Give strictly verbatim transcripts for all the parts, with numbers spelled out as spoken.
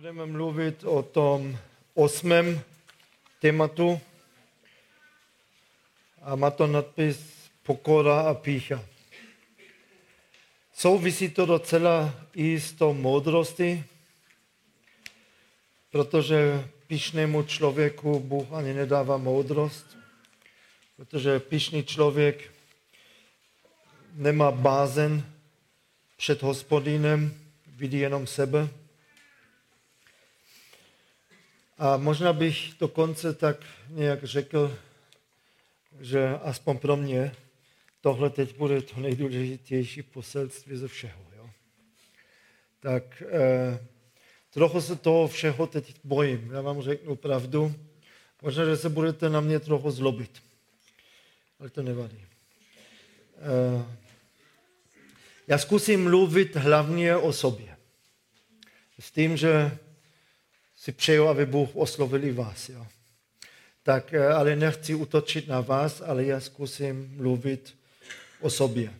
Budeme mluvit o tom osmém tématu a má to nadpis Pokora a pýcha. Souvisí to docela i s tou moudrostí, protože pyšnému člověku Bůh ani nedává moudrost, protože pyšný člověk nemá bázen před Hospodinem, vidí jenom sebe. A možná bych dokonce tak nějak řekl, že aspoň pro mě tohle teď bude to nejdůležitější poselství ze všeho. Jo? Tak eh, trochu se toho všeho teď bojím. Já vám řeknu pravdu. Možná, že se budete na mě trochu zlobit. Ale to nevadí. Eh, já zkusím mluvit hlavně o sobě. S tím, že si přeju, aby Bůh oslovil i vás. Jo. Tak, ale nechci útočit na vás, ale já zkusím mluvit o sobě.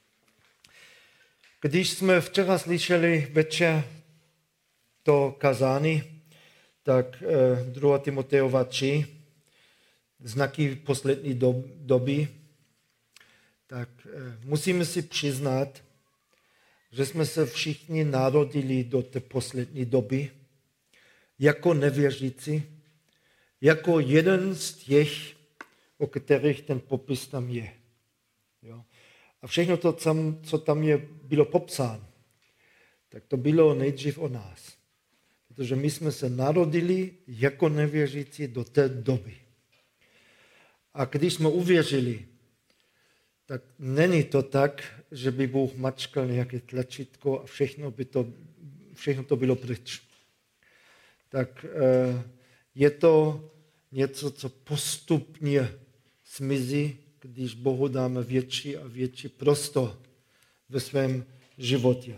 Když jsme včera slyšeli večer to kazání, tak druhá Timoteova tři, znaky poslední doby, tak musíme si přiznat, že jsme se všichni narodili do té poslední doby, jako nevěřící, jako jeden z těch, o kterých ten popis tam je. Jo? A všechno to, co tam je, bylo popsáno, tak to bylo nejdřív o nás. Protože my jsme se narodili jako nevěřící do té doby. A když jsme uvěřili, tak není to tak, že by Bůh mačkal nějaké tlačítko a všechno, by to, všechno to bylo pryč. Tak je to něco, co postupně zmizí, když Bohu dáme větší a větší prostor ve svém životě.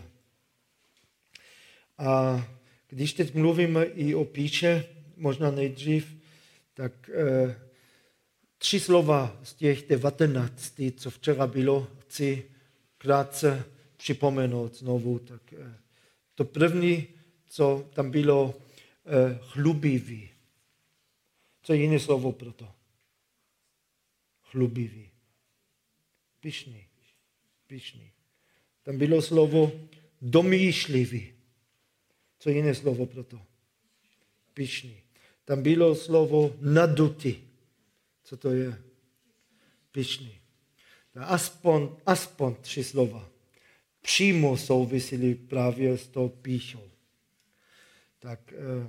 A když teď mluvíme i o píše, možná nejdřív, tak eh, tři slova z těch devatenácti, co včera bylo, chci krátce připomenout znovu. Tak, eh, to první, co tam bylo, eh, chlubivý. Co je jiné slovo pro to? Chlubivý. Pyšný. Pyšný. Tam bylo slovo domýšlivý. Co je jiné slovo pro to? Pyšný. Tam bylo slovo nadutý. Co to je? Pyšný. Aspoň, aspoň tři slova. Přímo souvisely právě s tou pýchou. Tak,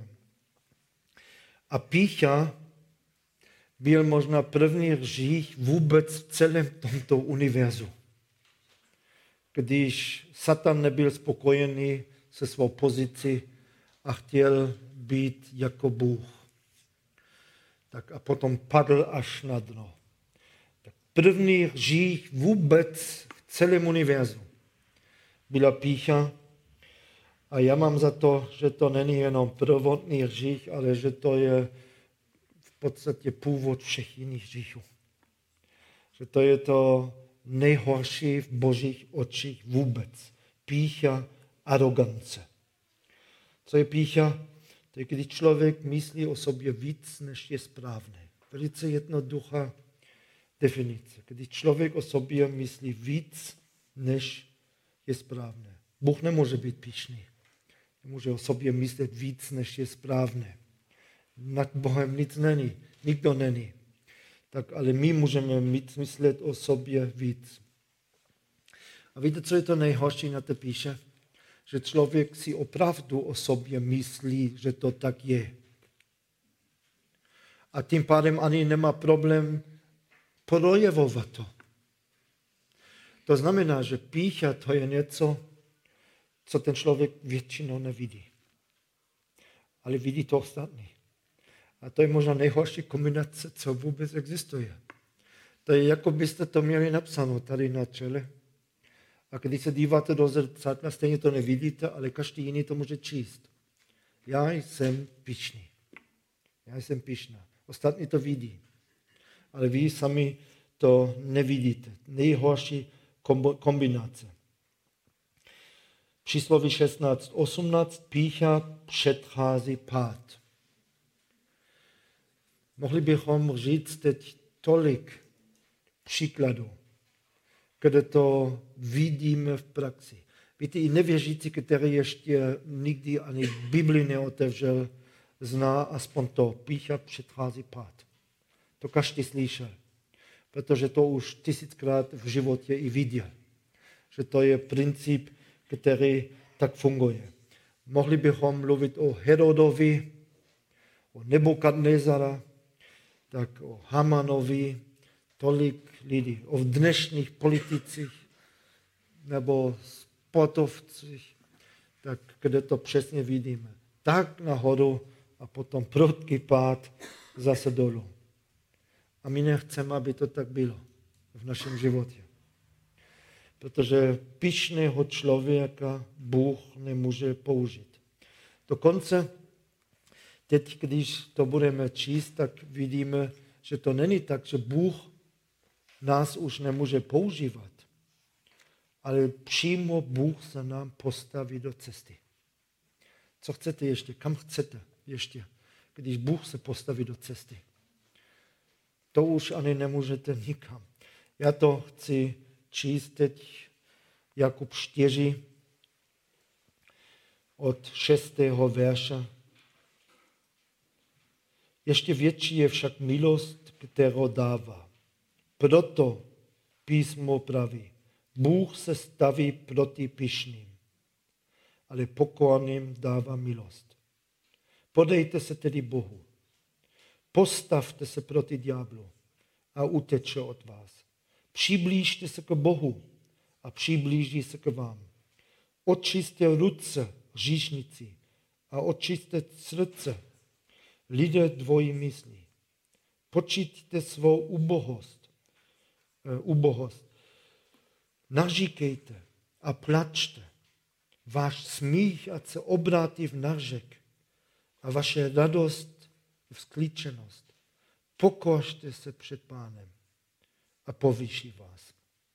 a pýcha byl možná první hřích vůbec v celém tomto univerzu. Když Satan nebyl spokojený se svou pozicí a chtěl být jako Bůh. Tak a potom padl až na dno. Tak první hřích vůbec v celém univerzu byla pýcha. A já mám za to, že to není jenom prvotný hřích, ale že to je v podstatě původ všech jiných hříchů. Že to je to nejhorší v Božích očích vůbec. Pýcha, arogance. Co je pýcha? To je, když člověk myslí o sobě víc, než je správné. Velice jednoduchá definice. Když člověk o sobě myslí víc, než je správné. Bůh nemůže být pyšný. Nemůže o sobě myslet víc, než je správné. Nad Bohem nic není. Nikdo není. Tak ale my můžeme mít, myslet o sobě víc. A víte, co je to nejhorší na té píše? Že člověk si opravdu o sobě myslí, že to tak je. A tím pádem ani nemá problém projevovat to. To znamená, že pýcha to je něco, co ten člověk většinou nevidí. Ale vidí to ostatní. A to je možná nejhorší kombinace, co vůbec existuje. To je, jako byste to měli napsáno tady na čele. A když se díváte do zrcadla, stejně to nevidíte, ale každý jiný to může číst. Já jsem pyšný. Já jsem pyšná. Ostatní to vidí. Ale vy sami to nevidíte. Nejhorší kombinace. Přísloví šestnáct osmnáct, pýcha předchází pád. Mohli bychom říct teď tolik příkladů, kde to vidíme v praxi. Víte, i nevěřící, který ještě nikdy ani Bibli neotevřel, zná aspoň to, pýcha předchází pád. To každý slyšel, protože to už tisíckrát v životě i viděl. Že to je princip, který tak funguje. Mohli bychom mluvit o Herodovi, o Nebukadnezara, tak o Hamanovi, tolik lidí, o dnešních politicích nebo sportovcích, tak kde to přesně vidíme. Tak nahoru a potom prudký pád zase dolů. A my nechceme, aby to tak bylo v našem životě. Protože pyšného člověka Bůh nemůže použít. Dokonce teď, když to budeme číst, tak vidíme, že to není tak, že Bůh nás už nemůže používat, ale přímo Bůh se nám postaví do cesty. Co chcete ještě? Kam chcete ještě, když Bůh se postaví do cesty? To už ani nemůžete nikam. Já to chci číst teď Jakub čtyři od šestého verše. Ještě větší je však milost, kterou dává. Proto písmo praví, Bůh se staví proti pyšným, ale pokorným dává milost. Podejte se tedy Bohu. Postavte se proti ďáblu a uteče od vás. Přiblížte se k Bohu a přiblíží se k vám. Očisťte ruce hříšnici a očisťte srdce lidé dvojí myslí. Počítajte svou ubohost. ubohost. Naříkejte a plačte. Váš smích ať se obrátí v nařek a vaše radost v sklíčenost. Pokořte se před Pánem a povýší vás.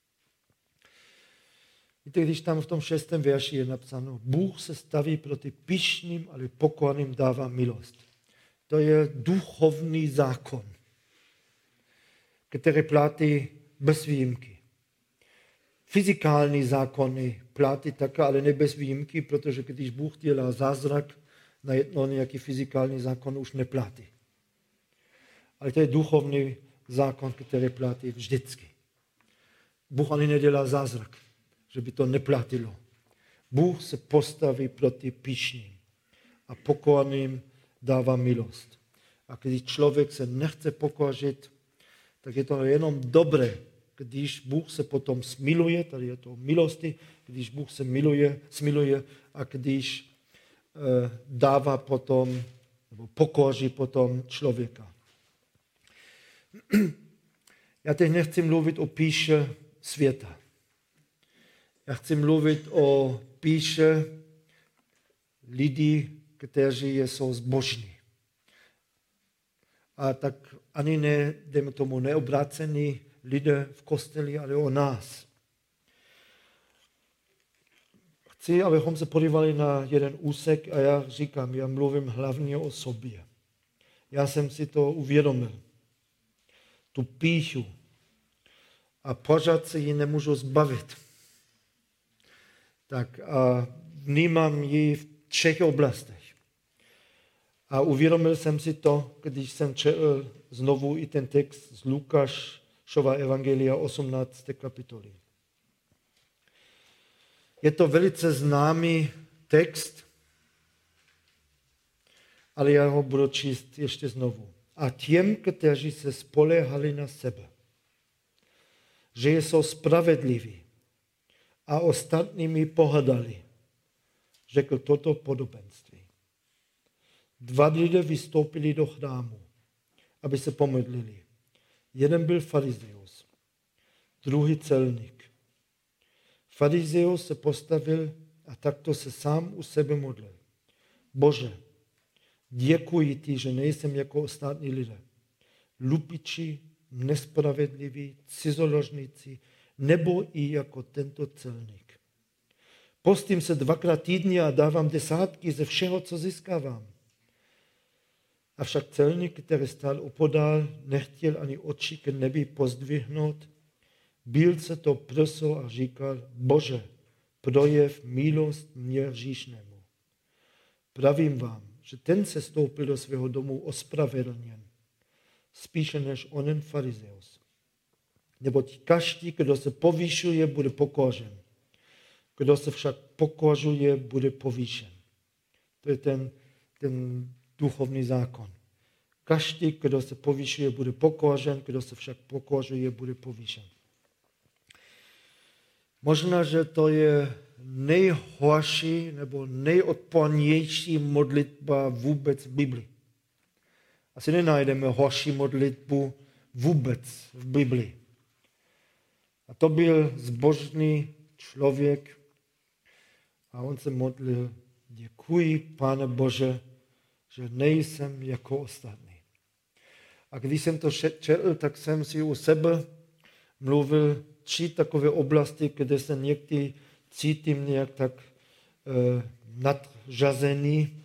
Víte, když tam v tom šestém verši je napsáno, Bůh se staví proti pyšným, ale pokorným dává milost. To je duchovní zákon, který platí bez výjimky. Fyzikální zákony platí také, ale ne bez výjimky, protože když Bůh dělá zázrak, najednou nějaký fyzikální zákon už neplatí. Ale to je duchovní zákon, který platí vždycky. Bůh ani nedělá zázrak, že by to neplatilo. Bůh se postaví proti pyšným a pokorným dává milost. A když člověk se nechce pokořit, tak je to jenom dobré, když Bůh se potom smiluje, tady je to milosti, když Bůh se miluje, smiluje a když e, dává potom, nebo pokoří potom člověka. Já teď nechci mluvit o píše světa. Já chci mluvit o píše lidí, kteří jsou zbožní. A tak ani ne, dejme tomu, neobrácení lidé v kosteli, ale o nás. Chci, abychom se podívali na jeden úsek a já říkám, já mluvím hlavně o sobě. Já jsem si to uvědomil. Tu píchu. A pořád se ji nemůžu zbavit. Tak a vnímám ji v třech oblastech. A uvědomil jsem si to, když jsem četl znovu i ten text z Lukášova evangelia osmnácté kapitoly. Je to velice známý text, ale já ho budu číst ještě znovu. A těm, kteří se spoléhali na sebe, že jsou spravedliví a ostatními pohrdali, řekl toto podobenství. Dva lidé vystoupili do chrámu, aby se pomodlili. Jeden byl farizeus, druhý celník. Farizeus se postavil a takto se sám u sebe modlil. Bože, děkuji ti, že nejsem jako ostatní lidé. Lupiči, nespravedliví, cizoložníci, nebo i jako tento celník. Postím se dvakrát týdně a dávám desátky ze všeho, co získávám. Avšak celník, který stál opodál, nechtěl ani oči k nebi pozdvihnout. Bil se to prso a říkal, Bože, projev milost mě hříšnému. Pravím vám, že ten se stoupil do svého domu ospravedlněn, spíše než onen farizeus. Neboť každý, kdo se povýšuje, bude pokořen. Kdo se však pokořuje, bude povýšen. To je ten, ten duchovní zákon. Každý, kdo se povýšuje, bude pokořen, kdo se však pokořuje, bude povýšen. Možná, že to je nejhorší nebo nejodpornější modlitba vůbec v Biblii. Asi nenajdeme horší modlitbu vůbec v Biblii. A to byl zbožný člověk a on se modlil, děkuji, Pane Bože, že nejsem jako ostatní. A když jsem to četl, tak jsem si u sebe mluvil tři takové oblasti, kde se někdy cítím nějak tak eh, nadřazený.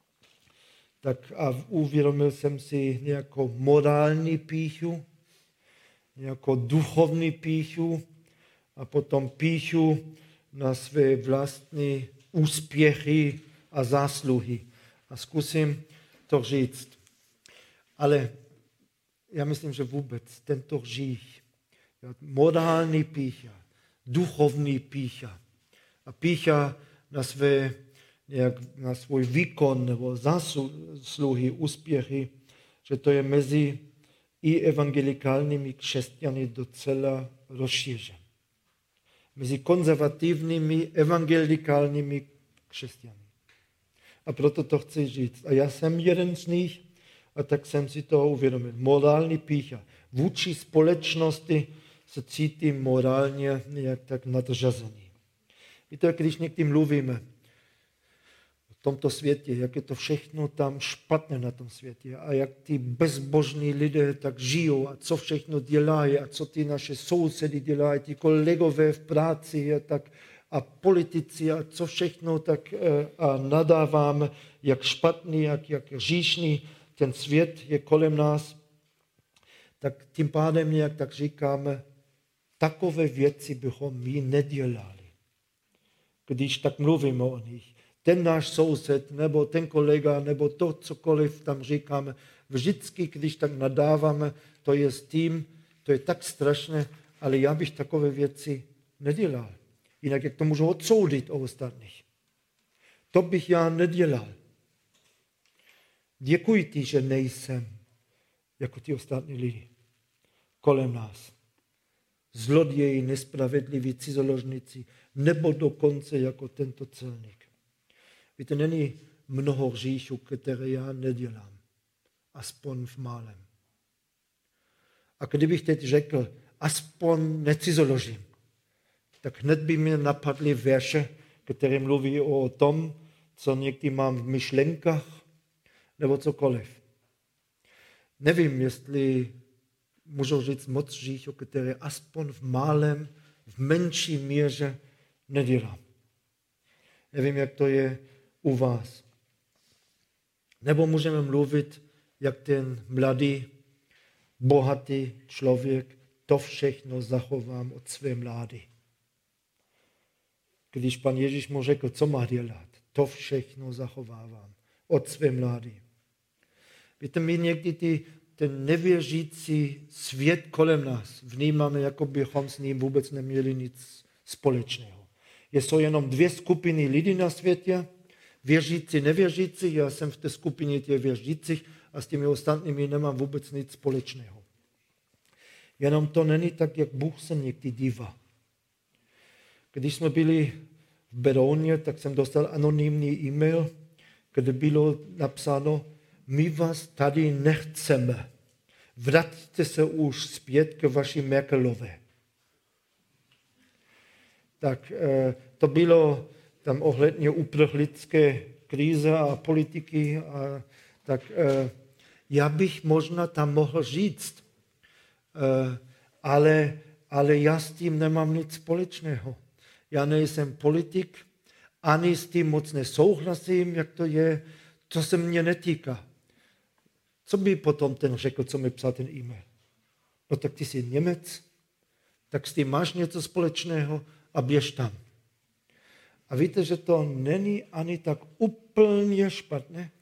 Tak a uvědomil jsem si nějakou morální pýchu, nějakou duchovní pýchu a potom pýchu na své vlastní úspěchy a zásluhy. A zkusím to říct. Ale já myslím, že vůbec tento hřích, morální pýcha, duchovní pýcha a pýcha na, své, nějak, na svůj výkon nebo zásluhy, úspěchy, že to je mezi i evangelikálními křesťany docela rozšířen. Mezi konzervativními evangelikálními křesťany. A proto to chci říct. A já jsem jeden z nich a tak jsem si to uvědomil. Morální pýcha. Vůči společnosti se cítím morálně nějak tak nadřazený. Víte, když někdy mluvíme o tomto světě, jak je to všechno tam špatné na tom světě a jak ty bezbožní lidé tak žijou a co všechno dělají a co ty naše sousedy dělají, ty kolegové v práci a, tak, a politici a co všechno tak a nadáváme, jak špatný, jak, jak říšný ten svět je kolem nás, tak tím pádem nějak tak říkáme, takové věci bychom my nedělali. Když tak mluvíme o nich. Ten náš soused, nebo ten kolega, nebo to, cokoliv tam říkáme, vždycky, když tak nadáváme, to je s tím, to je tak strašné, ale já bych takové věci nedělal. Jinak jak to můžu odsoudit o ostatních. To bych já nedělal. Děkuji ti, že nejsem jako ty ostatní lidi kolem nás. Zloději, nespravedliví, cizoložníci, nebo dokonce jako tento celník. Víte, není mnoho hříchů, které já nedělám. Aspoň v málem. A kdybych teď řekl, aspoň necizoložím, tak hned by mě napadly verše, které mluví o tom, co někdy mám v myšlenkách, nebo cokoliv. Nevím, jestli můžu říct moc hříchů, které aspoň v málem, v menší míře nedělám. Nevím, jak to je u vás. Nebo můžeme mluvit, jak ten mladý, bohatý člověk to všechno zachovám od své mlády. Když pan Ježíš mu řekl, co má dělat, to všechno zachovávám od své mlády. Víte, my někdy ty, ten nevěřící svět kolem nás vnímáme, jako bychom s ním vůbec neměli nic společného. Jsou jenom dvě skupiny lidí na světě, věřící, nevěřící, já jsem v té skupině těch věřících a s těmi ostatními nemám vůbec nic společného. Jenom to není tak, jak Bůh se někdy dívá. Když jsme byli v Berouně, tak jsem dostal anonymní e-mail, kde bylo napsáno, my vás tady nechceme. Vraťte se už zpět k vaší Merkelové. Tak to bylo tam ohledně uprchlické krize a politiky. A tak já bych možná tam mohl říct, ale, ale já s tím nemám nic společného. Já nejsem politik, ani s tím moc nesouhlasím, jak to je, to se mě netýká. Co by potom ten řekl, co mi psal ten e-mail? No tak ty jsi Němec, tak s tím máš něco společného a běž tam. A víte, že to není ani tak úplně špatné,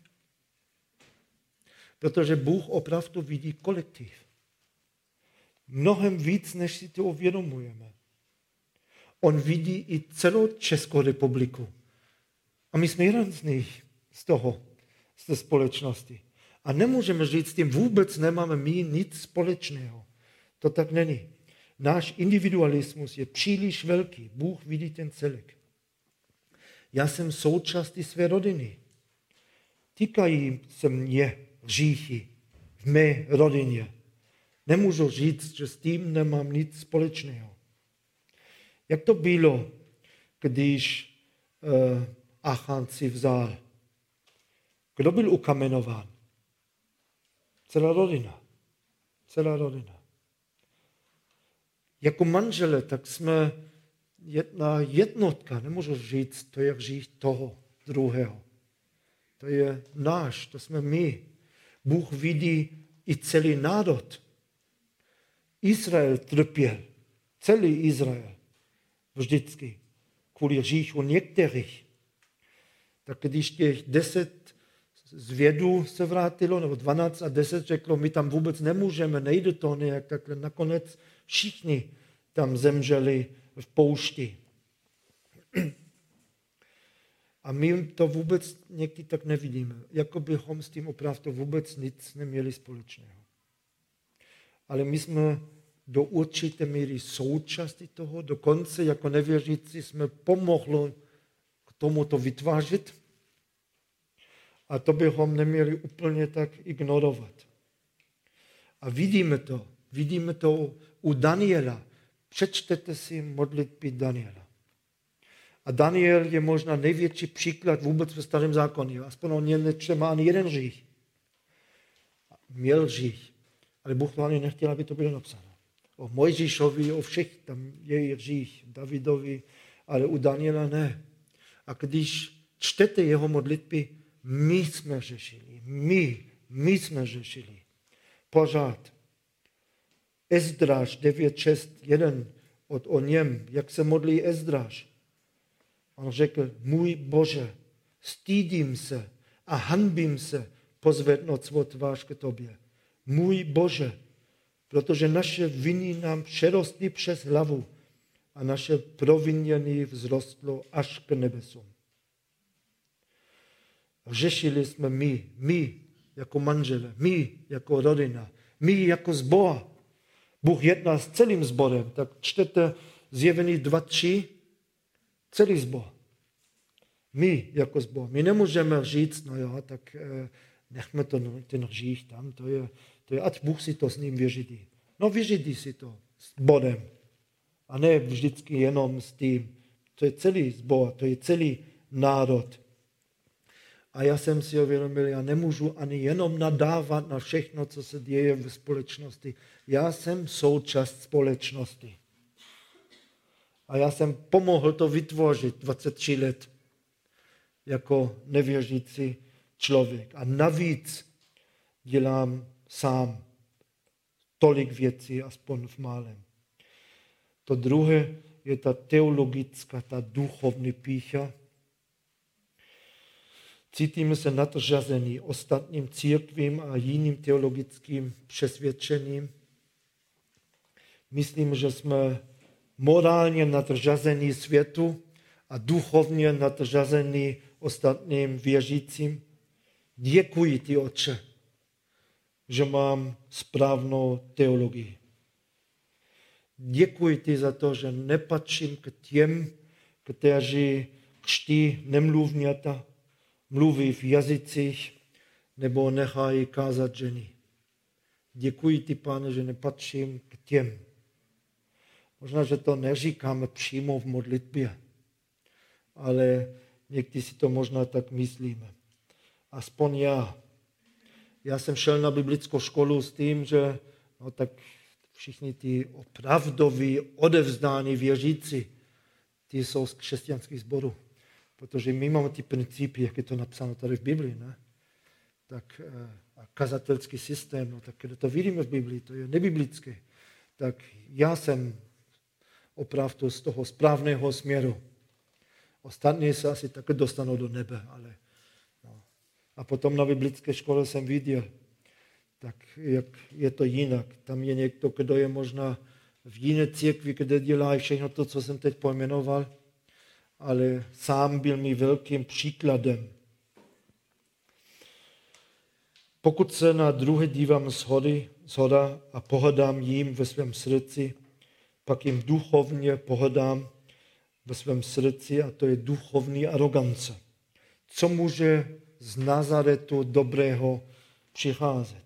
protože Bůh opravdu vidí kolektiv. Mnohem víc, než si to uvědomujeme. On vidí i celou Českou republiku. A my jsme jeden z nich, z toho, z té společnosti. A nemůžeme říct, s tím vůbec nemáme my nic společného. To tak není. Náš individualismus je příliš velký. Bůh vidí ten celek. Já jsem součástí své rodiny. Týkají se mě hříchy v mé rodině. Nemůžu říct, že s tím nemám nic společného. Jak to bylo, když uh, Achan si vzal? Kdo byl ukamenován? Celá rodina. Celá rodina. Jako manžele, tak jsme jedna jednotka. Nemůžu říct, to je hřích toho druhého. To je náš, to jsme my. Bůh vidí i celý národ. Izrael trpěl. Celý Izrael. Vždycky. Kvůli hříchu některých. Tak když těch deset zvědů se vrátilo, nebo dvanáct a deset řeklo, my tam vůbec nemůžeme, nejde to nějak, takhle nakonec všichni tam zemřeli v poušti. A my to vůbec někdy tak nevidíme, jako bychom s tím opravdu vůbec nic neměli společného. Ale my jsme do určité míry součástí toho, dokonce jako nevěřící jsme pomohli k tomu to vytvářet. A to bychom neměli úplně tak ignorovat. A vidíme to, vidíme to u Daniela. Přečtete si modlitby Daniela. A Daniel je možná největší příklad vůbec ve Starém zákoně. Aspoň on nemá ani jeden hřích. Měl hřích. Ale Bůh to ani nechtěl, aby to bylo napsáno. O Mojžíšovi, o všech tam je hřích, Davidovi, ale u Daniela ne. A když čtete jeho modlitby, my jsme řešili. My, my jsme řešili. Pořád. Ezdráš devět šest jedna od o něm, jak se modlí Ezdráš. On řekl, můj Bože, stydím se a hanbím se pozvednout svou tvář k tobě. Můj Bože, protože naše viny nám přerostly přes hlavu a naše provinění vzrostlo až k nebesům. Řešili jsme my, my jako manžele, my jako rodina, my jako sbor. Bůh jedná s celým sborem, tak čtete Zjevení dva tři, celý sbor. My jako sbor. My nemůžeme říct, no jo, tak eh, nechme to, ten hřích tam, to je, to je, ať Bůh si to s ním vyřídí. No vyřídí si to s bodem. A ne vždycky jenom s tím. To je celý sbor, to je celý národ. A já jsem si uvědomil, já nemůžu ani jenom nadávat na všechno, co se děje v společnosti. Já jsem součást společnosti. A já jsem pomohl to vytvořit dvacet tři let jako nevěřící člověk. A navíc dělám sám tolik věcí, aspoň v málem. To druhé je ta teologická, ta duchovní pýcha. Cítíme se nadřazení ostatním církvím a jiným teologickým přesvědčením. Myslím, že jsme morálně nadřazení světu a duchovně nadřazení ostatním věřícím. Děkuji ti, Otče, že mám správnou teologii. Děkuji ti za to, že nepatřím k těm, kteří křtí nemluvňata, mluví v jazycích nebo nechají kázat ženy. Děkuji ti, Pane, že nepatřím k těm. Možná, že to neříkáme přímo v modlitbě, ale někdy si to možná tak myslíme. Aspoň já. Já jsem šel na biblickou školu s tím, že no tak všichni ty opravdoví, odevzdáni věřící, ty jsou z křesťanských sborů. Protože my máme ty principy, jak je to napsáno tady v Biblii, ne? Tak a kazatelský systém, no tak když to vidíme v Biblii, to je nebiblické. Tak já jsem opravdu z toho správného směru. Ostatní se asi také dostanou do nebe, ale no. A potom na biblické škole jsem viděl, tak jak je to jinak. Tam je někdo, kdo je možná v jiné církvi, kde dělá všechno to, co jsem teď pojmenoval, ale sám byl mi velkým příkladem. Pokud se na druhé dívám shoda a pohrdám jim ve svém srdci, pak jim duchovně pohrdám ve svém srdci a to je duchovní arogance. Co může z Nazaretu dobrého přicházet?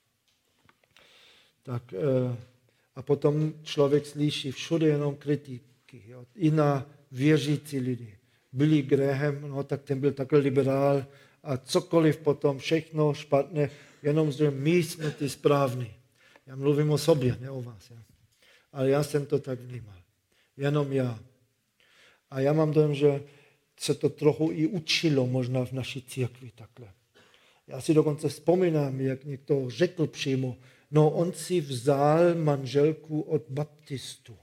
Tak, a potom člověk slyší všude jenom kritiky. Jo. I na věřící lidi. Byli Graham, no tak ten byl takový liberál a cokoliv potom, všechno špatné, jenom že my jsme ty správní. Já mluvím o sobě, ne o vás. Ja. Ale já jsem to tak vnímal. Jenom já. A já mám dojem, že se to trochu i učilo možná v naší církvi takhle. Já si dokonce vzpomínám, jak někdo řekl přímo, no on si vzal manželku od baptistů.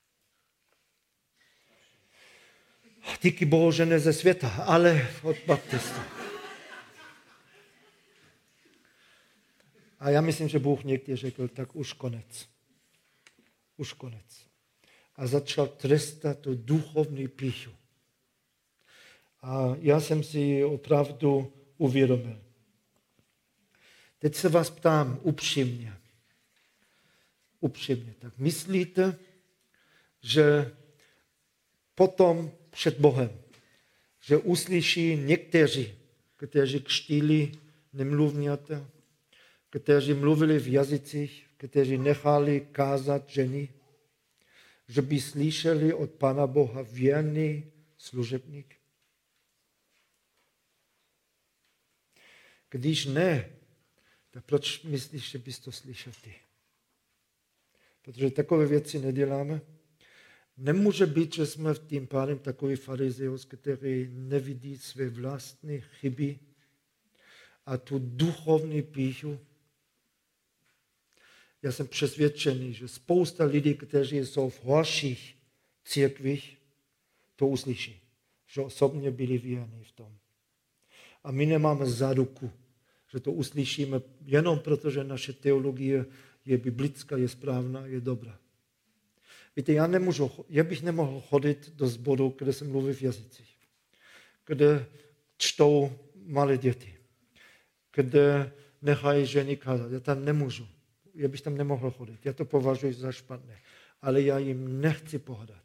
Díky Bohu, že ne ze světa, ale od baptistů. A já myslím, že Bůh někdy řekl, tak už konec. Už konec. A začal trestat tu duchovní pýchu. A já jsem si opravdu uvědomil. Teď se vás ptám upřímně. Upřímně. Tak myslíte, že potom před Bohem, že uslyší někteří, kteří křtili nemluvňata, kteří mluvili v jazycích, kteří nechali kázat ženy, že by slyšeli od Pana Boha věrný služebník? Když ne, tak proč myslíš, že bys to slyšel ty? Protože takové věci neděláme. Nemůže být, že jsme tím pádem takový farizeus, který nevidí své vlastní chyby a tu duchovní pýchu. Já jsem přesvědčený, že spousta lidí, kteří jsou v horších církvích, to uslyší, že osobně byli věrní v tom. A my nemáme záruku, že to uslyšíme jenom proto, že naše teologie je biblická, je správná, je dobrá. Víte, já, nemůžu, já bych nemohl chodit do sboru, kde se mluví v jazycích, kde čtou malé děti, kde nechají ženy kázat. Já tam nemůžu. Já bych tam nemohl chodit. Já to považuji za špatné. Ale já jim nechci pohrdat.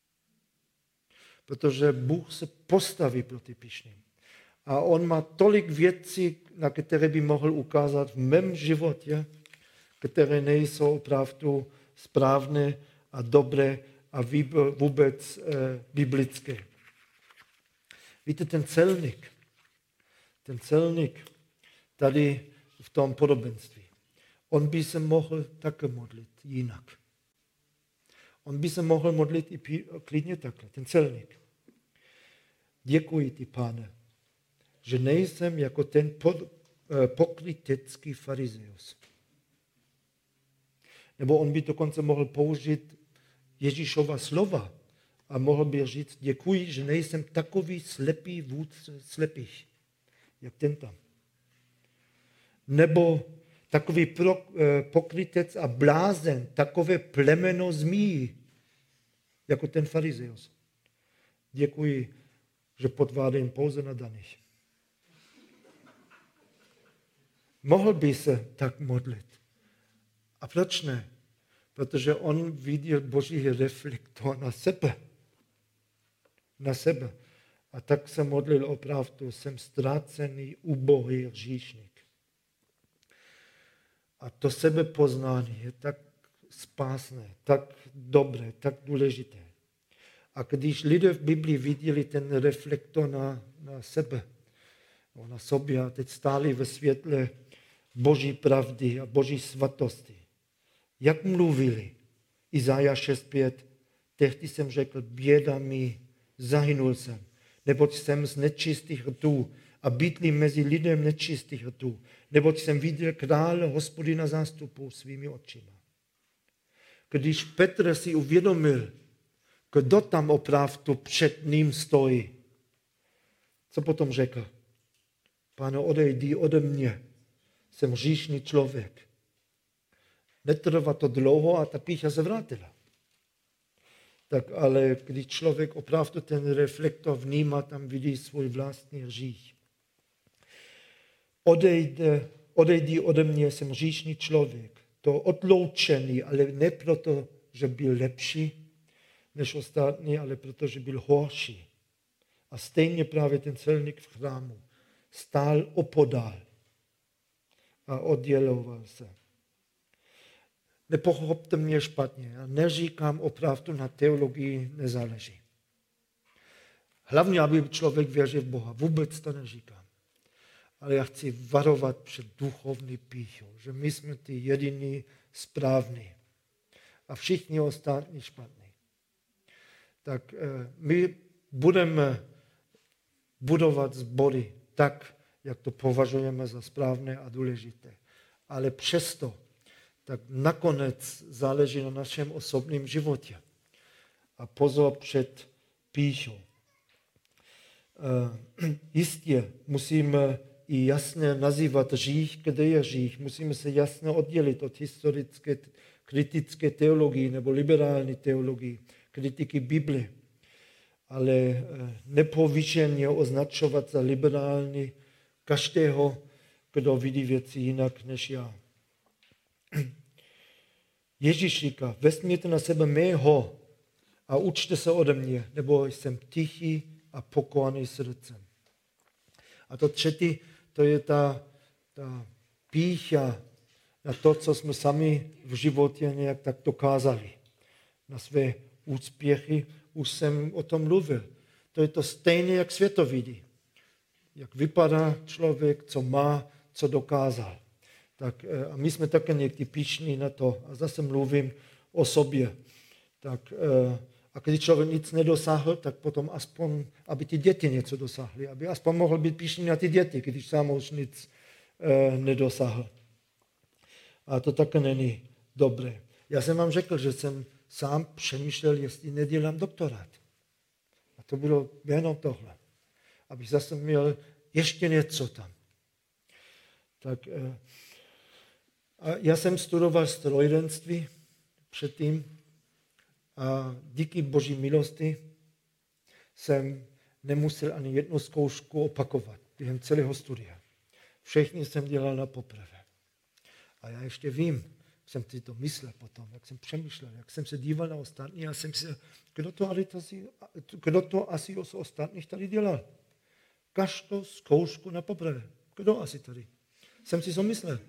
Protože Bůh se postaví proti pyšným. A on má tolik věcí, na které by mohl ukázat v mém životě, které nejsou opravdu správné a dobré a vůbec e, biblické. Víte, ten celník, ten celník tady v tom podobenství, on by se mohl také modlit jinak. On by se mohl modlit i klidně takhle, ten celník. Děkuji ti, Pane, že nejsem jako ten pokrytecký farizeus. Nebo on by dokonce mohl použít Ježíšova slova a mohl by říct, děkuji, že nejsem takový slepý vůdce slepých, jak ten tam. Nebo takový pro, eh, pokrytec a blázen, takové plemeno zmí, jako ten farizeus. Děkuji, že podvádím pouze na daných. Mohl by se tak modlit. A proč ne? Protože on viděl Boží reflektor na sebe. Na sebe. A tak se modlil opravdu, jsem ztracený, ubohý hříšník. A to sebepoznání je tak spásné, tak dobré, tak důležité. A když lidé v Biblii viděli ten reflektor na, na sebe, na sobě a teď stáli ve světle Boží pravdy a Boží svatosti, jak mluvili? Izajáš šest pět, tehdy jsem řekl, běda mi, zahynul jsem, neboť jsem z nečistých rtů a bydlím mezi lidem nečistých rtů, neboť jsem viděl krále Hospodina zástupu svými očima. Když Petr si uvědomil, kdo tam opravdu před ním stojí, co potom řekl? Pane, odejdi ode mě, jsem hříšný člověk. Netrvá to dlouho a ta pícha se vrátila. Tak ale když člověk opravdu ten reflektor vnímá, tam vidí svůj vlastní hřích. Odejde, odejdi ode mě, jsem hříšný člověk. To odloučený, ale ne proto, že byl lepší než ostatní, ale proto, že byl horší. A stejně právě ten celník v chrámu stál opodál a odděloval se. Nepochopte mě špatně, já neříkám opravdu, na teologii nezáleží. Hlavně, aby člověk věřil v Boha, vůbec to neříkám. Ale já chci varovat před duchovní pýchou, že my jsme ty jediní správní a všichni ostatní špatní. Tak my budeme budovat sbory tak, jak to považujeme za správné a důležité. Ale přesto, tak nakonec záleží na našem osobním životě. A pozor před pýchou. Jistě musíme i jasně nazývat hřích, kde je hřích. Musíme se jasně oddělit od historické, kritické teologie nebo liberální teologie, kritiky Bible. Ale nepovýšeně označovat za liberální každého, kdo vidí věci jinak než já. Ježíš říká, vezměte na sebe mého a učte se ode mě, nebo jsem tichý a pokorný srdcem. A to třetí, to je ta, ta pýcha na to, co jsme sami v životě nějak tak dokázali. Na své úspěchy, už jsem o tom mluvil. To je to stejné, jak svět to vidí. Jak vypadá člověk, co má, co dokázal. Tak, a my jsme také někdy pyšní na to. A zase mluvím o sobě. Tak, a když člověk nic nedosáhl, tak potom aspoň, aby ty děti něco dosáhly. Aby aspoň mohl být pyšný na ty děti, když sám už nic eh, nedosáhl. A to také není dobré. Já jsem vám řekl, že jsem sám přemýšlel, jestli nedělám doktorát. A to bylo jenom tohle. Abych zase měl ještě něco tam. Tak, eh, a já jsem studoval strojírenství předtím a díky Boží milosti jsem nemusel ani jednu zkoušku opakovat během celého studia. Všechny jsem dělal na poprvé. A já ještě vím, jsem si to myslel potom, jak jsem přemýšlel, jak jsem se díval na ostatní a jsem si, kdo to, kdo to asi z ostatních tady dělal? Každou zkoušku na poprvé. Kdo asi tady? Jsem si to myslel.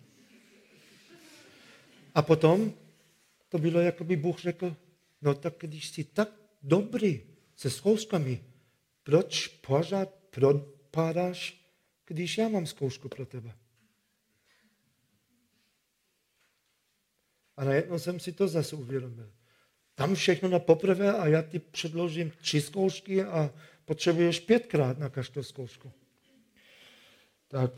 A potom to bylo, jako by Bůh řekl, no tak když jsi tak dobrý se zkouškami, proč pořád propadáš, když já mám zkoušku pro tebe? A najednou jsem si to zase uvědomil. Tam všechno na poprvé a já ti předložím tři zkoušky a potřebuješ pětkrát na každou zkoušku. Tak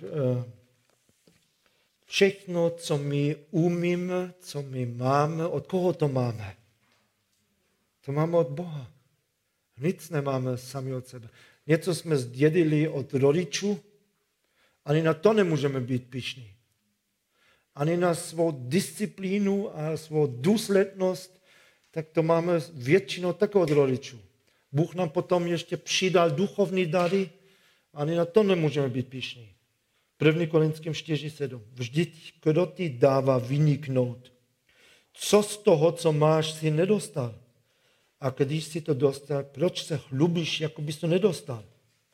všechno, co my umíme, co my máme, od koho to máme? To máme od Boha. Nic nemáme sami od sebe. Něco jsme zdědili od rodičů, ani na to nemůžeme být pyšní. Ani na svou disciplínu a svou důslednost, tak to máme většinou také od rodičů. Bůh nám potom ještě přidal duchovní dary, ani na to nemůžeme být pyšní. první Korinským čtyři sedm. Vždyť kdo ti dává vyniknout? Co z toho, co máš, si nedostal? A když si to dostal, proč se chlubíš, jako bys to nedostal?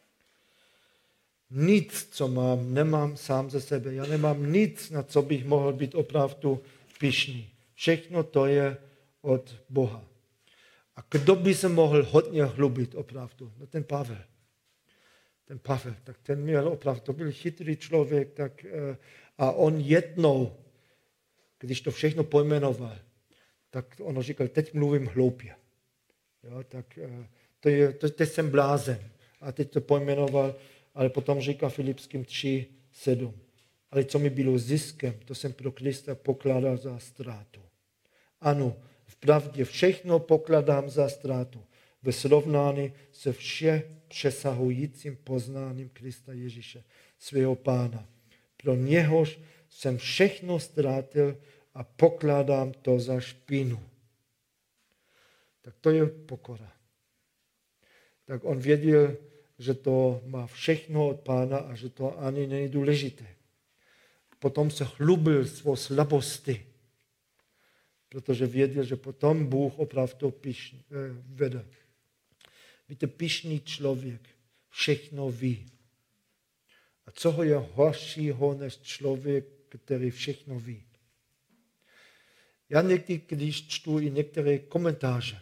Nic, co mám, nemám sám ze sebe. Já nemám nic, na co bych mohl být opravdu pyšný. Všechno to je od Boha. A kdo by se mohl hodně chlubit opravdu? No ten Pavel. Ten Pavel, tak ten měl opravdu, to byl chytrý člověk, tak, a on jednou, když to všechno pojmenoval, tak on říkal, teď mluvím hloupě. Jo, tak to je, to, teď jsem blázen. a teď to pojmenoval, ale potom říká Filipským tři sedm. Ale co mi bylo ziskem, to jsem pro Krista pokládal za ztrátu. Ano, vpravdě všechno pokládám za ztrátu. Ve srovnání se vše přesahujícím poznáním Krista Ježíše, svého Pána. Pro něhož jsem všechno ztrátil a pokládám to za špínu. Tak to je pokora. Tak on věděl, že to má všechno od Pána a že to ani není důležité. Potom se chlubil svou slabosti, protože věděl, že potom Bůh opravdu píš, eh, vede. Víte, pyšný člověk všechno ví. A co je horšího než člověk, který všechno ví? Já někdy, když čtu i některé komentáře,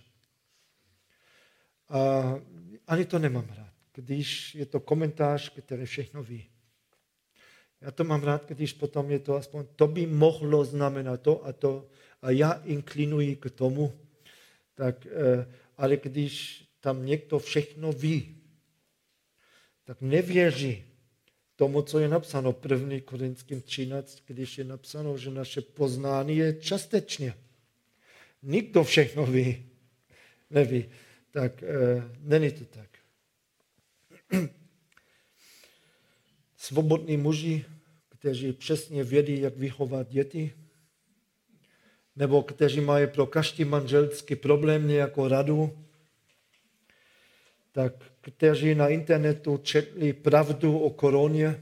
a ani to nemám rád, když je to komentář, který všechno ví. Já to mám rád, když potom je to aspoň, to by mohlo znamenat to a to, a já inklinuji k tomu, tak, ale když tam někdo všechno ví, tak nevěří tomu, co je napsáno první Korinským třináct, když je napsáno, že naše poznání je částečně. Nikdo všechno ví, neví. Tak e, není to tak. Svobodní muži, kteří přesně vědí, jak vychovat děti, nebo kteří mají pro každý manželský problém nějakou radu, tak kteří na internetu četli pravdu o koroně,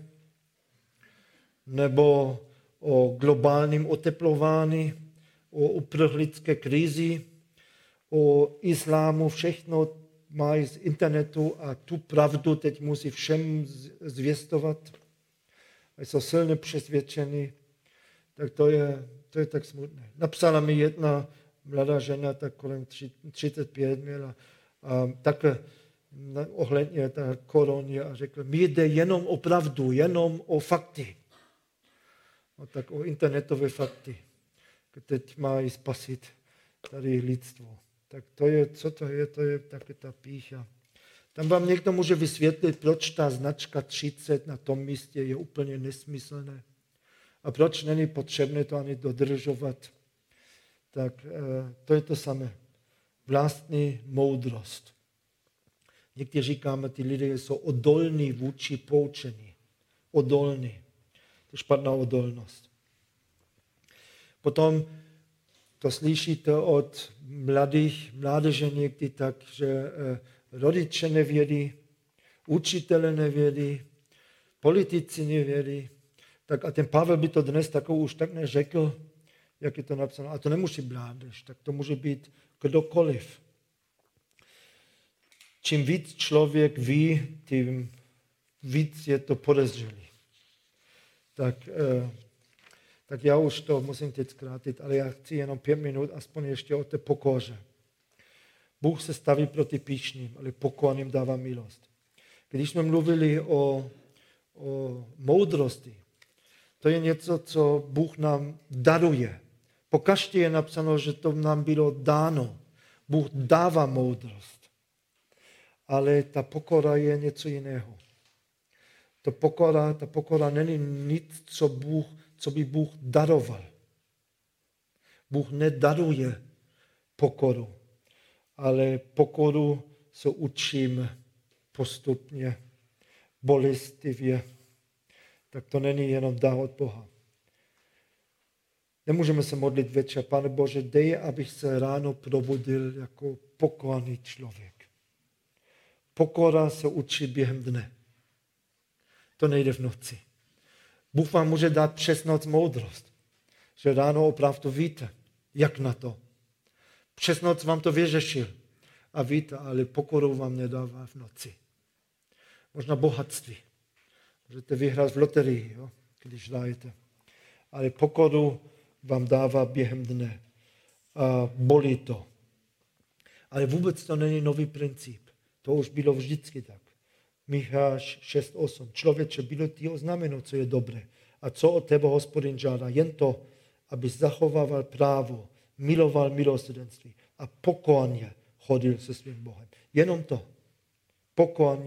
nebo o globálním oteplování, o uprchlické krizi, o islámu, všechno mají z internetu a tu pravdu teď musí všem zvěstovat. Jsou silně přesvědčení, tak to je, to je tak smutné. Napsala mi jedna mladá žena, tak kolem třicet pět měla, a tak ohledně té korony a řekla, mi jde jenom o pravdu, jenom o fakty. No, tak o internetové fakty, které teď mají spasit tady lidstvo. Tak to je, co to je, to je taky ta pýcha. Tam vám někdo může vysvětlit, proč ta značka třicet na tom místě je úplně nesmyslné. A proč není potřebné to ani dodržovat. Tak to je to samé. Vlastní moudrost. Někdy říkáme, ty lidé jsou odolní vůči poučení. Odolní. To je špatná odolnost. Potom to slyšíte od mladých, mládeže někdy tak, že rodiče nevědí, učitele nevědí, politici nevědí. Tak a ten Pavel by to dnes takovou už tak neřekl, jak je to napsáno. A to nemusí mládež, tak to může být kdokoliv. Čím víc člověk ví, tím víc je to podezřelý. Tak, eh, tak já už to musím teď zkrátit, ale já chci jenom pět minut aspoň ještě o té pokoře. Bůh se staví proti pyšným, ale pokorným dává milost. Když jsme mluvili o, o moudrosti, to je něco, co Bůh nám daruje. Po každé je napsáno, že to nám bylo dáno. Bůh dává moudrost. Ale ta pokora je něco jiného. Ta pokora, ta pokora není nic, co, Bůh, co by Bůh daroval. Bůh nedaruje pokoru, ale pokoru se učíme postupně, bolestivě. Tak to není jenom dar od Boha. Nemůžeme se modlit večer, Pane Bože, dej, abych se ráno probudil jako pokorný člověk. Pokora se učí během dne. To nejde v noci. Bůh vám může dát přes noc moudrost, že ráno opravdu víte, jak na to. Přes noc vám to vyřešil a víte, ale pokoru vám nedává v noci. Možná bohatství. Můžete vyhrát v loterii, jo, když hrajete. Ale pokoru vám dává během dne. A bolí to. Ale vůbec to není nový princip. To už bylo vždycky tak. Micháš šest osm. Člověče, bylo ti oznámeno, co je dobré. A co od tebe Hospodin žádá? Jen to, aby zachovával právo, miloval milosrdenství a pokorně chodil se svým Bohem. Jenom to. Pokorně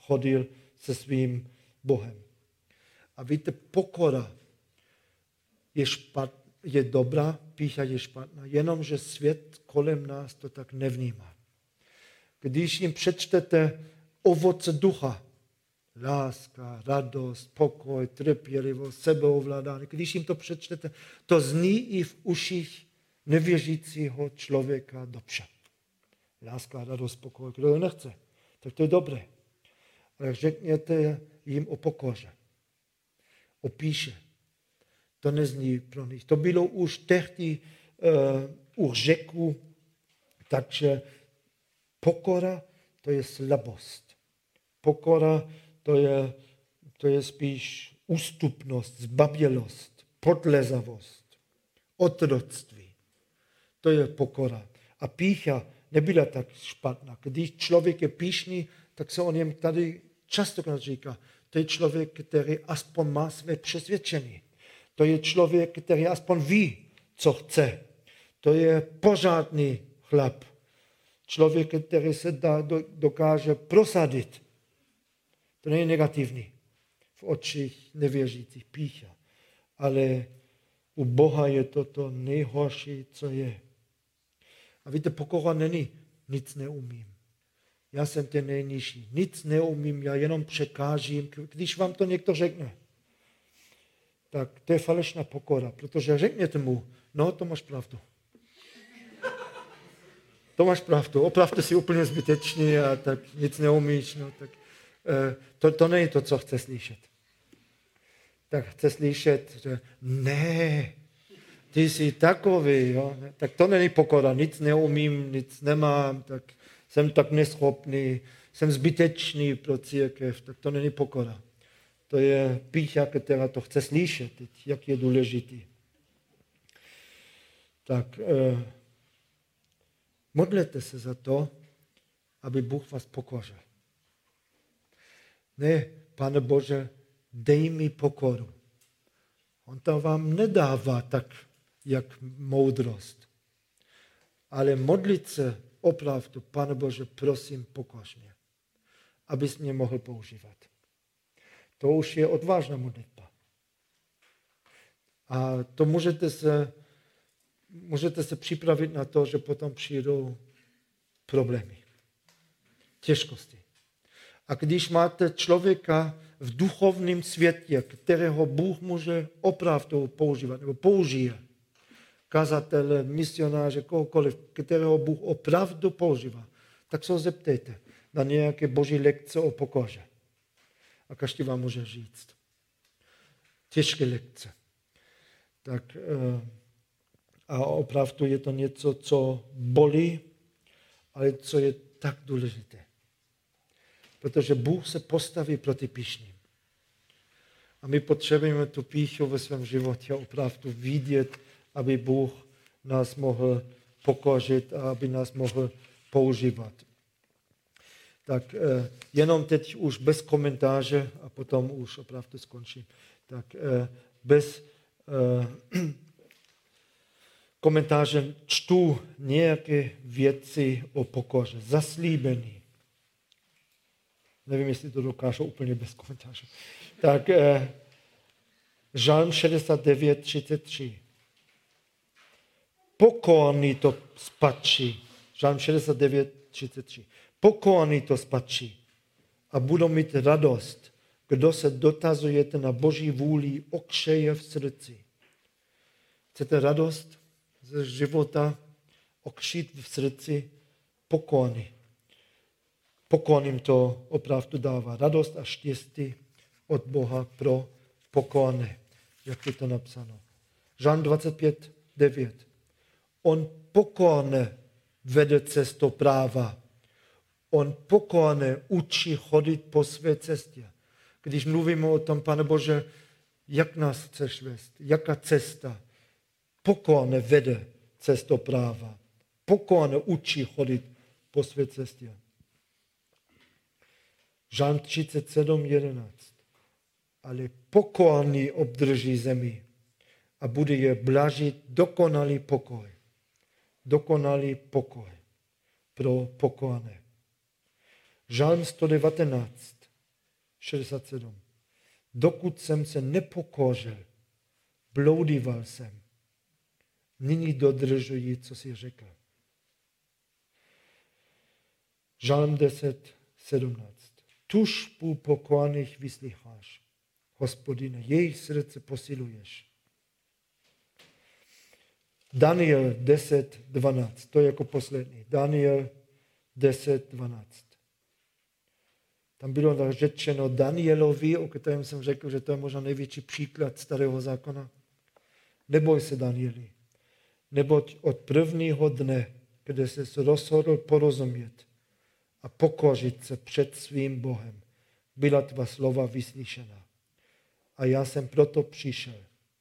chodil se svým Bohem. A víte, pokora je, špat, je dobrá, pýcha je špatná, jenomže svět kolem nás to tak nevnímá. Když jim přečtete ovoce ducha, láska, radost, pokoj, trpělivost, sebeovládání, když jim to přečtete, to zní i v uších nevěřícího člověka dobře. Láska, radost, pokoj, kdo to nechce, tak to je dobré. Ale řekněte jim o pokoře, o píše. To nezní pro nich. To bylo už tehdy uh, u řeku, takže pokora to je slabost. Pokora to je, to je spíš ústupnost, zbabělost, podlezavost, otroctví. To je pokora. A pýcha nebyla tak špatná. Když člověk je pýšný, tak se o něm tady častokrát říká, to je člověk, který aspoň má své přesvědčení. To je člověk, který aspoň ví, co chce. To je pořádný chlap. Člověk, který se dá, dokáže prosadit. To není negativní v očích nevěřících, pýcha. Ale u Boha je to to nejhorší, co je. A víte, pokora není, nic neumím. Já jsem ten nejnižší, nic neumím, já jenom překážím. Když vám to někdo řekne, tak to je falešná pokora, protože řekněte mu, no to máš pravdu. To máš pravdu, opravdu jsi úplně zbytečný a tak nic neumíš. No, tak, eh, to, to není to, co chce slyšet. Tak chce slyšet, že ne, ty jsi takový, jo? Tak to není pokora, nic neumím, nic nemám, tak jsem tak neschopný, jsem zbytečný pro církev, tak to není pokora. To je pýcha, která to chce slyšet, jak je důležitý. Tak eh, modlete se za to, aby Bůh vás pokořil. Ne, Pane Bože, dej mi pokoru. On to vám nedává tak, jak moudrost. Ale modlit se opravdu, Pane Bože, prosím, pokoř mě, abys mě mohl používat. To už je odvážná modlitba. A to můžete se, můžete se připravit na to, že potom přijdou problémy, těžkosti. A když máte člověka v duchovním světě, kterého Bůh může opravdu používat, nebo použije, kazatele, misionáře, kohokoliv, kterého Bůh opravdu používá, tak se ho zeptejte na nějaké boží lekce o pokoře. A každý vám může říct. Těžké lekce. Tak, a opravdu je to něco, co bolí, ale co je tak důležité. Protože Bůh se postaví proti pyšným. A my potřebujeme tu pýchu ve svém životě opravdu vidět, aby Bůh nás mohl pokořit a aby nás mohl používat. Tak eh, jenom teď už bez komentáře a potom už opravdu skončím. Tak eh, bez eh, komentáře čtu nějaké věci o pokoře. Zaslíbení. Nevím, jestli to dokážu úplně bez komentáře. Tak eh, Žalm šedesát devět třicet tři. Pokorný to spatří. Žalm šedesát devět třicet tři. Pokorný to spatří a budou mít radost, kdo se dotazujete na Boží vůli, okřeje v srdci. Chcete radost ze života, okřít v srdci, pokorný. Pokorným to opravdu dává radost a štěstí od Boha pro pokorné, jak je to napsáno. Žalm dvacet pět devět. On pokorné vede cestou práva. On pokorné učí chodit po své cestě. Když mluvíme o tom, Pane Bože, jak nás chceš vést, jaká cesta, pokorné vede cestou práva. Pokorné učí chodit po své cestě. Žalm třicet sedm jedenáct. Ale pokorný obdrží zemi a bude je blažit dokonalý pokoj. Dokonalý pokoj pro pokorné. Žalm sto devatenáct šedesát sedm. Dokud jsem se nepokořil, bloudival jsem. Nyní dodržuji, co jsi řekl. Žalm deset, sedmnáct. Tužbu pokorných vyslycháš, Hospodine, jejich srdce posiluješ. Daniel deset, dvanáct. To je jako poslední. Daniel deset, dvanáct. Tam bylo řečeno Danielovi, o kterém jsem řekl, že to je možná největší příklad starého zákona. Neboj se, Danieli, neboť od prvního dne, kdy se rozhodl porozumět a pokořit se před svým Bohem, byla tvá slova vyslyšena. A já jsem proto přišel.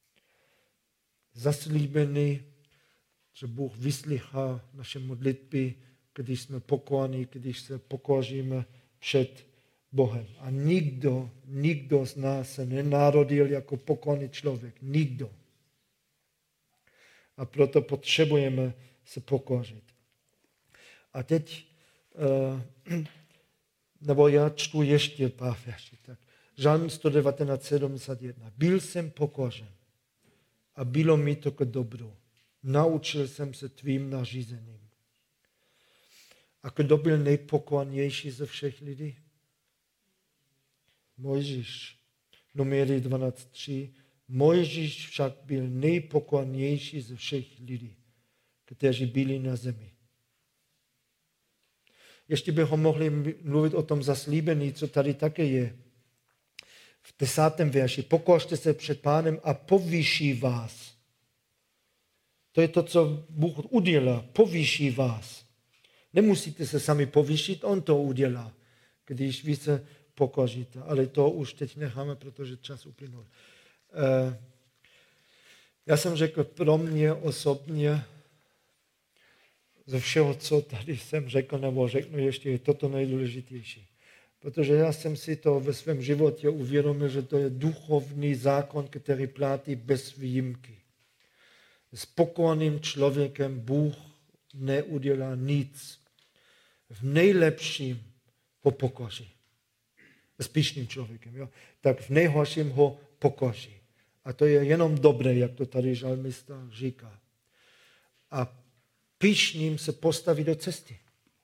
Zaslíbený, že Bůh vyslychá naše modlitby, když jsme pokorní, když se pokoříme před Bohem. A nikdo, nikdo z nás se nenarodil jako pokorný člověk. Nikdo. A proto potřebujeme se pokořit. A teď, nebo já čtu ještě pár verší. Tak. Žalm sto devatenáct, sedmdesát jedna. Byl jsem pokořen a bylo mi to k dobru. Naučil jsem se tvým nařízením. A kdo byl nejpokornější ze všech lidí? Mojžíš. Numery dvanáct tři. Mojžíš však byl nejpokornější ze všech lidí, kteří byli na zemi. Ještě bychom mohli mluvit o tom zaslíbení, co tady také je. V desátém verši. Pokořte se před Pánem a povýší vás. To je to, co Bůh udělá. Povýší vás. Nemusíte se sami povýšit, on to udělá, když vy se pokoříte. Ale to už teď necháme, protože čas uplynul. Já jsem řekl, pro mě osobně ze všeho, co tady jsem řekl, nebo řeknu ještě, je toto nejdůležitější. Protože já jsem si to ve svém životě uvědomil, že to je duchovní zákon, který platí bez výjimky. S pokorným člověkem Bůh neudělá nic. V nejlepším ho pokoří. S pyšným člověkem. Jo? Tak v nejhorším ho pokoří. A to je jenom dobré, jak to tady žalmista říká. A pyšným se postaví do cesty.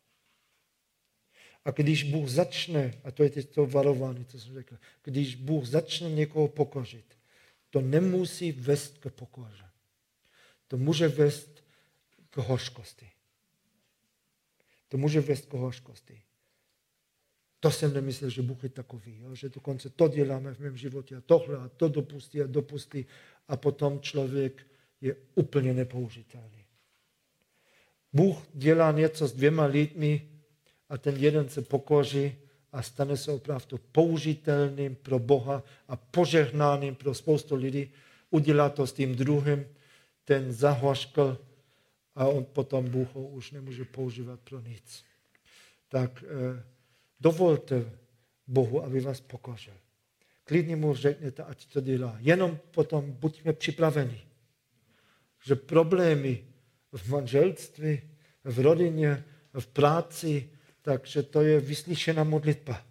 A když Bůh začne, a to je teď to varování, co jsem řekl, když Bůh začne někoho pokořit, to nemusí vést k pokoře. To může vést k hořkosti. To může vést k hořkosti. To jsem nemyslel, že Bůh je takový, jo? Že dokonce to děláme v mém životě a tohle a to dopustí a dopustí a potom člověk je úplně nepoužitelný. Bůh dělá něco s dvěma lidmi a ten jeden se pokoří a stane se opravdu použitelným pro Boha a požehnaným pro spoustu lidí. Udělá to s tím druhým, ten zahořkl a on potom Bůh ho už nemůže používat pro nic. Tak eh, dovolte Bohu, aby vás pokořil. Klidně mu řekněte, ať to dělá. Jenom potom buďme připraveni, že problémy v manželství, v rodině, v práci, takže to je vyslyšená modlitba.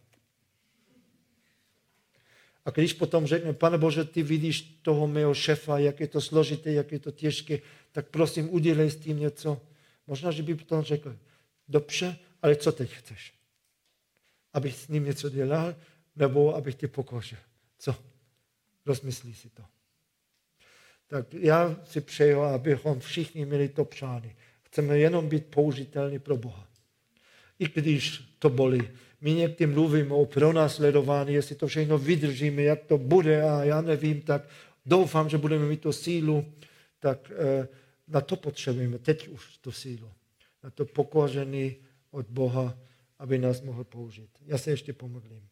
A když potom řekne, Pane Bože, ty vidíš toho mého šefa, jak je to složité, jak je to těžké, tak prosím, udělej s tím něco. Možná, že by potom řekl, dobře, ale co teď chceš? Abych s ním něco dělal, nebo abych tě pokořil? Co? Rozmyslí si to. Tak já si přeju, abychom všichni měli to přání. Chceme jenom být použitelní pro Boha. I když to bolí. My někdy mluvíme o pronásledování, jestli to všechno vydržíme, jak to bude a já nevím, tak doufám, že budeme mít tu sílu, tak eh, na to potřebujeme teď už tu sílu. Na to pokoření od Boha, aby nás mohl použít. Já se ještě pomodlím.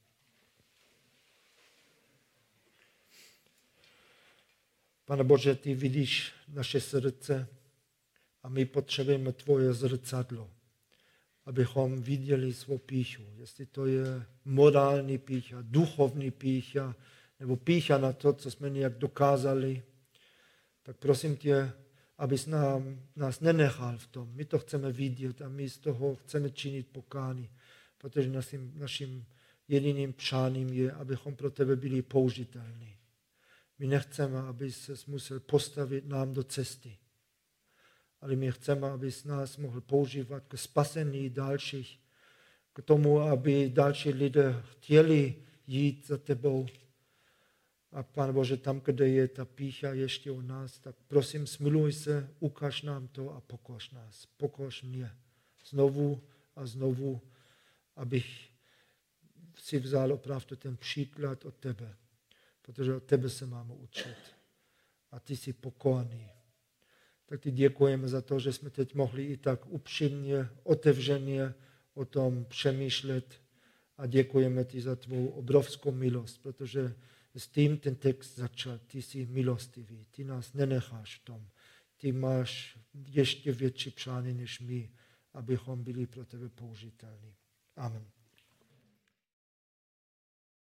Pane Bože, ty vidíš naše srdce a my potřebujeme tvoje zrcadlo, abychom viděli svou pýchu. Jestli to je morální pýcha, duchovní pýcha, nebo pýcha na to, co jsme nějak dokázali, tak prosím tě, abys nám, nás nenechal v tom. My to chceme vidět a my z toho chceme činit pokání, protože naším, naším jediným přáním je, abychom pro tebe byli použitelní. My nechceme, aby se musel postavit nám do cesty, ale my chceme, aby z nás mohl používat k spasení dalších, k tomu, aby další lidé chtěli jít za tebou. A Pane Bože, tam, kde je ta pýcha ještě u nás, tak prosím, smiluj se, ukaž nám to a pokož nás. Pokož mě znovu a znovu, abych si vzal opravdu ten příklad od tebe, protože od tebe se máme učit. A ty jsi pokorný. Tak ti děkujeme za to, že jsme teď mohli i tak upřímně, otevřeně o tom přemýšlet a děkujeme ti za tvou obrovskou milost, protože s tím ten text začal. Ty jsi milostivý, ty nás nenecháš v tom. Ty máš ještě větší přání než my, abychom byli pro tebe použitelní. Amen.